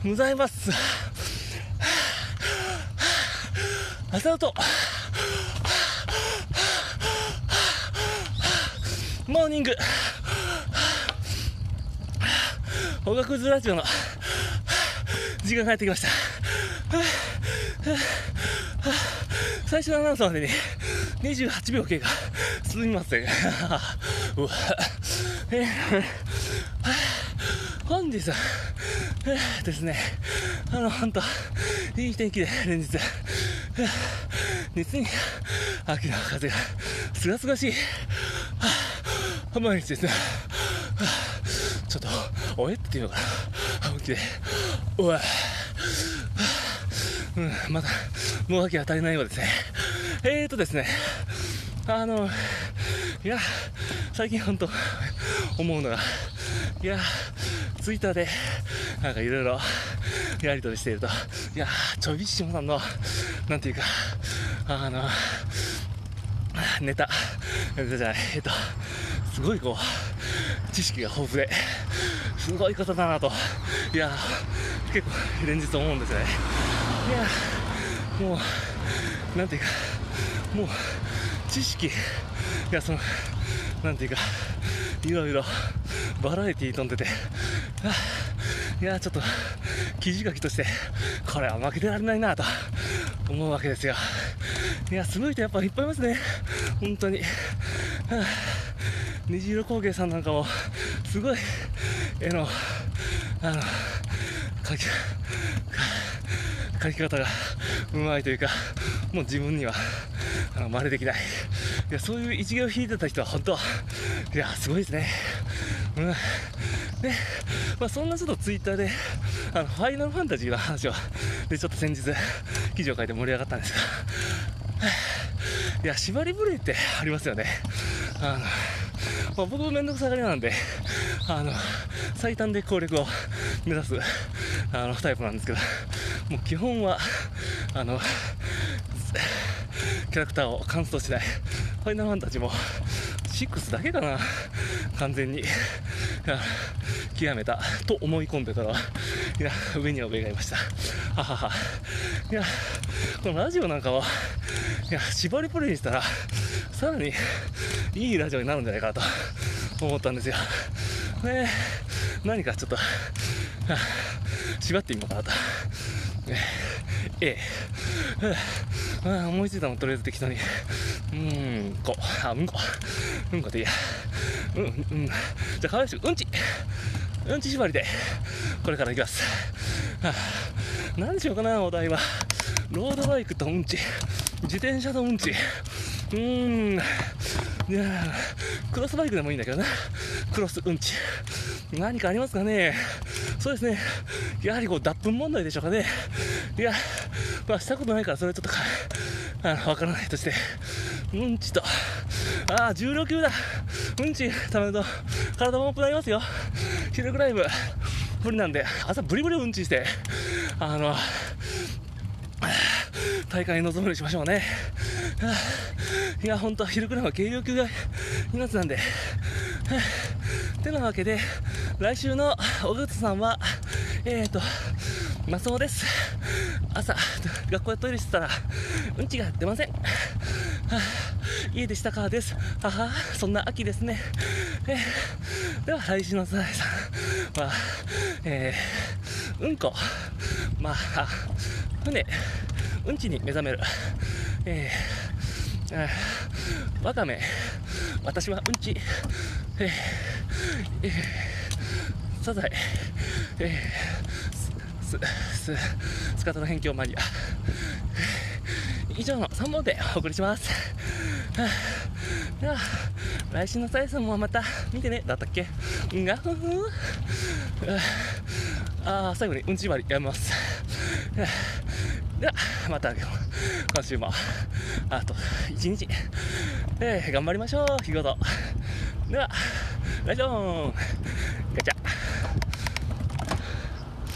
ございます。朝だとモーニングおがくずラジオの時間がやってきました。最初のアナウンスまでに28秒経過進みますね。本日はですね、本当いい天気で連日熱に秋の風がすがすがしい毎日ですね。ちょっとおえっていうのかな、本気でまだもう秋は足りないようですね。ですね、いや最近本当思うのが、いやツイッターでなんかいろいろやり取りしていると、いやちょびっしもさんのなんていうかネタじゃない、すごいこう知識が豊富ですごい方だなと、いや結構連日思うんですよね。いやもうなんていうか、もう知識がなんていうかいろいろバラエティー飛んでて、いやちょっと記事書きとしてこれは負けてられないなと思うわけですよ。いやすごい人やっぱいっぱいいますね、本当に。虹色工芸さんなんかもすごい絵の描き方がうまいというか、もう自分には真似できない。いやそういう一芸を引いてた人は本当いやすごいですね。で、そんなちょっとツイッターでファイナルファンタジーの話をでちょっと先日記事を書いて盛り上がったんですが、いや縛りプレイってありますよね。僕もめんどくさがりなんで最短で攻略を目指すタイプなんですけど、もう基本はキャラクターをカウントしない。ファイナルファンタジーも6だけかな、完全に極めたと思い込んでたら、いや上には上がいました。いやこのラジオなんかは、いや縛りプレイにしたらさらにいいラジオになるんじゃないかと思ったんですよね。何かちょっと縛ってみようかなと。思いついたのとりあえず適当にうんこでいいや。じゃあかわいしうんち縛りでこれからいきます。何しようかな、お題は。ロードバイクとうんち、自転車とうんち、いやクロスバイクでもいいんだけどな。クロスうんち何かありますかね。そうですね、やはりこう脱粉問題でしょうかね。いやしたことないからそれちょっとわからないとして、うんちと重量級だ。うんち食べると体も重くなりますよ。ヒルクライム無理なんで、朝ブリブリうんちして大会に臨むようにしましょうね。いや本当ヒルクライムは軽量級が命なんで。てなわけで来週のおぐつさんはマスオです。朝学校でトイレしてたらうんちが出ません。家でしたかです。そんな秋ですね。では来週のサザエさんはうんこ船うんちに目覚めるわかめ私はうんちサザエスカトの辺境マニア以上の3本でお送りします。では来週のサザエさんもまた見てねだったっけ。最後にうんち割りやめます。ではまた今週もあと1日、頑張りましょう日ごと。ではラジオンガチャ